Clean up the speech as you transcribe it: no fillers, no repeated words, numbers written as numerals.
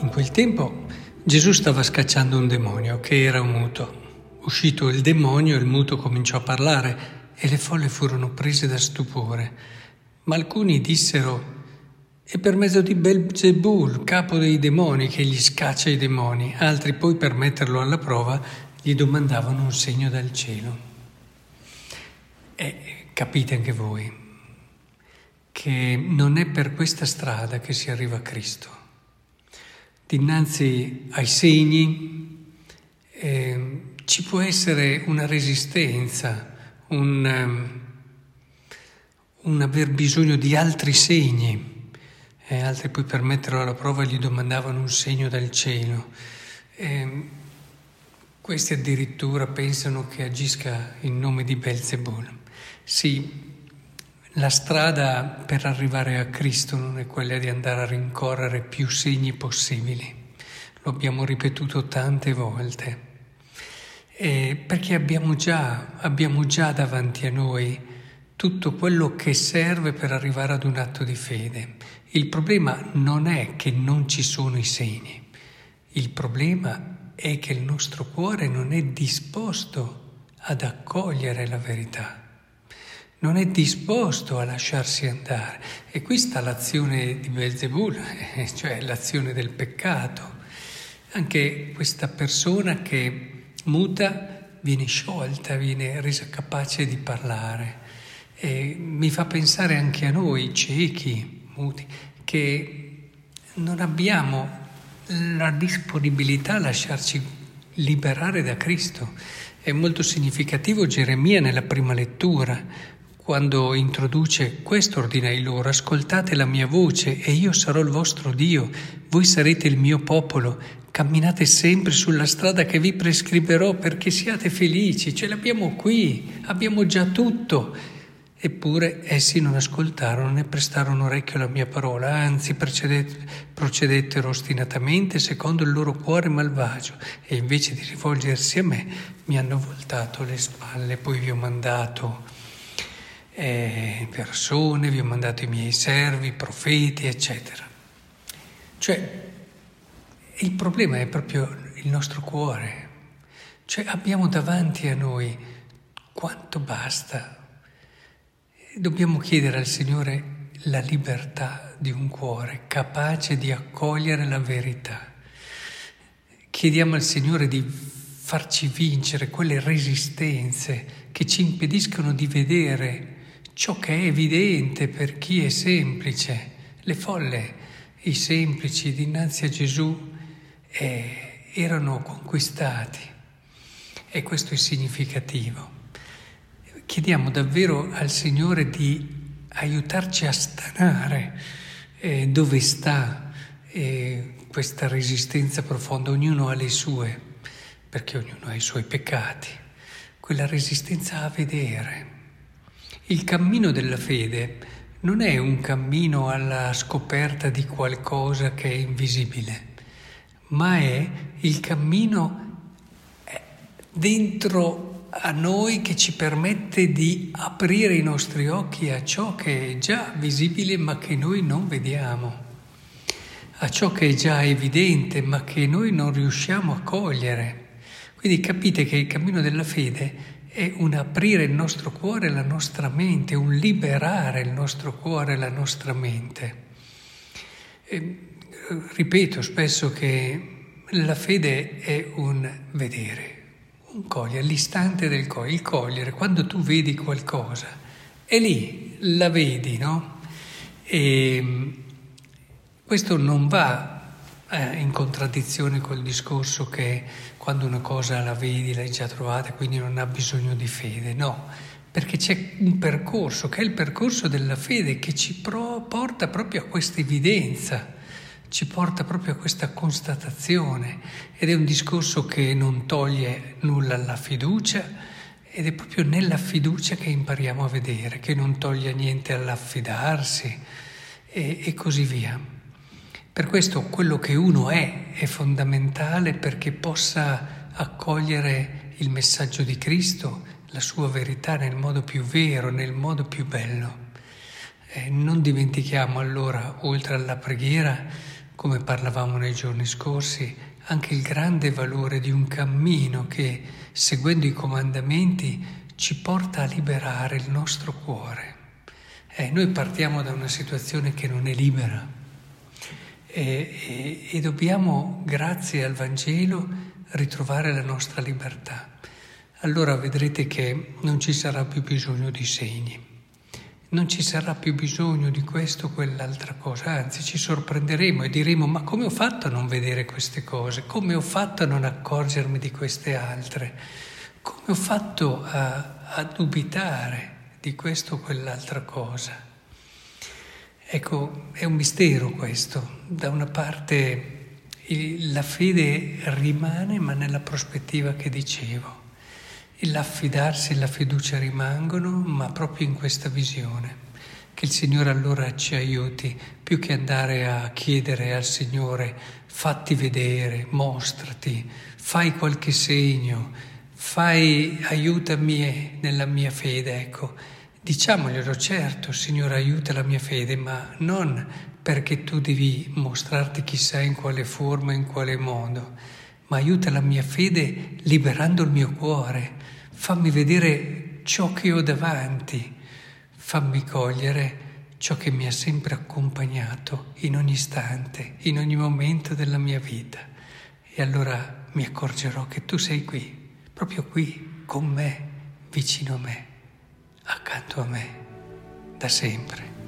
In quel tempo Gesù stava scacciando un demonio che era muto. Uscito il demonio, il muto cominciò a parlare e le folle furono prese da stupore. Ma alcuni dissero: è per mezzo di Belzebul, capo dei demoni, che gli scaccia i demoni. Altri poi, per metterlo alla prova, gli domandavano un segno dal cielo. E capite anche voi che non è per questa strada che si arriva a Cristo. Dinanzi ai segni ci può essere una resistenza, un aver bisogno di altri segni. Altri poi, per metterlo alla prova, gli domandavano un segno dal cielo. Questi addirittura pensano che agisca in nome di Belzebul. Sì, la strada per arrivare a Cristo non è quella di andare a rincorrere più segni possibili. Lo abbiamo ripetuto tante volte. Perché abbiamo già davanti a noi tutto quello che serve per arrivare ad un atto di fede. Il problema non è che non ci sono i segni. Il problema è che il nostro cuore non è disposto ad accogliere la verità. Non è disposto a lasciarsi andare. E qui sta l'azione di Belzebul, cioè l'azione del peccato. Anche questa persona che muta viene sciolta, viene resa capace di parlare. E mi fa pensare anche a noi, ciechi, muti, che non abbiamo la disponibilità a lasciarci liberare da Cristo. È molto significativo Geremia nella prima lettura, quando introduce: questo ordinai loro, ascoltate la mia voce e io sarò il vostro Dio, voi sarete il mio popolo, camminate sempre sulla strada che vi prescriverò perché siate felici, ce l'abbiamo qui, abbiamo già tutto. Eppure essi non ascoltarono né prestarono orecchio alla mia parola, anzi procedettero ostinatamente secondo il loro cuore malvagio e invece di rivolgersi a me mi hanno voltato le spalle. Poi vi ho mandato persone, vi ho mandato i miei servi, profeti, eccetera. Cioè, il problema è proprio il nostro cuore. Cioè, abbiamo davanti a noi quanto basta. Dobbiamo chiedere al Signore la libertà di un cuore capace di accogliere la verità. Chiediamo al Signore di farci vincere quelle resistenze che ci impediscono di vedere ciò che è evidente per chi è semplice. Le folle, i semplici dinanzi a Gesù erano conquistati, e questo è significativo. Chiediamo davvero al Signore di aiutarci a stanare dove sta questa resistenza profonda. Ognuno ha le sue, perché ognuno ha i suoi peccati. Quella resistenza a vedere. Il cammino della fede non è un cammino alla scoperta di qualcosa che è invisibile, ma è il cammino dentro a noi che ci permette di aprire i nostri occhi a ciò che è già visibile ma che noi non vediamo, a ciò che è già evidente ma che noi non riusciamo a cogliere. Quindi capite che il cammino della fede è un aprire il nostro cuore e la nostra mente, un liberare il nostro cuore e la nostra mente. Ripeto spesso che la fede è un vedere, un cogliere, l'istante del cogliere, il cogliere. Quando tu vedi qualcosa, è lì, la vedi, no? E questo non va in contraddizione col discorso che quando una cosa la vedi, l'hai già trovata, quindi non ha bisogno di fede. No, perché c'è un percorso, che è il percorso della fede, che ci porta proprio a questa evidenza, ci porta proprio a questa constatazione, ed è un discorso che non toglie nulla alla fiducia, ed è proprio nella fiducia che impariamo a vedere, che non toglie niente all'affidarsi e così via. Per questo quello che uno è fondamentale perché possa accogliere il messaggio di Cristo, la sua verità nel modo più vero, nel modo più bello. Non dimentichiamo allora, oltre alla preghiera, come parlavamo nei giorni scorsi, anche il grande valore di un cammino che, seguendo i comandamenti, ci porta a liberare il nostro cuore. Noi partiamo da una situazione che non è libera e dobbiamo, grazie al Vangelo, ritrovare la nostra libertà. Allora vedrete che non ci sarà più bisogno di segni. Non ci sarà più bisogno di questo o quell'altra cosa, anzi ci sorprenderemo e diremo: ma come ho fatto a non vedere queste cose? Come ho fatto a non accorgermi di queste altre? Come ho fatto a dubitare di questo o quell'altra cosa? Ecco, è un mistero questo. Da una parte la fede rimane, ma nella prospettiva che dicevo. L'affidarsi e la fiducia rimangono, ma proprio in questa visione. Che il Signore allora ci aiuti, più che andare a chiedere al Signore: fatti vedere, mostrati, fai qualche segno, aiutami nella mia fede, ecco. Diciamoglielo, certo, Signore, aiuta la mia fede, ma non perché tu devi mostrarti chissà in quale forma, in quale modo, ma aiuta la mia fede liberando il mio cuore. Fammi vedere ciò che ho davanti, fammi cogliere ciò che mi ha sempre accompagnato in ogni istante, in ogni momento della mia vita. E allora mi accorgerò che tu sei qui, proprio qui, con me, vicino a me, accanto a me, da sempre.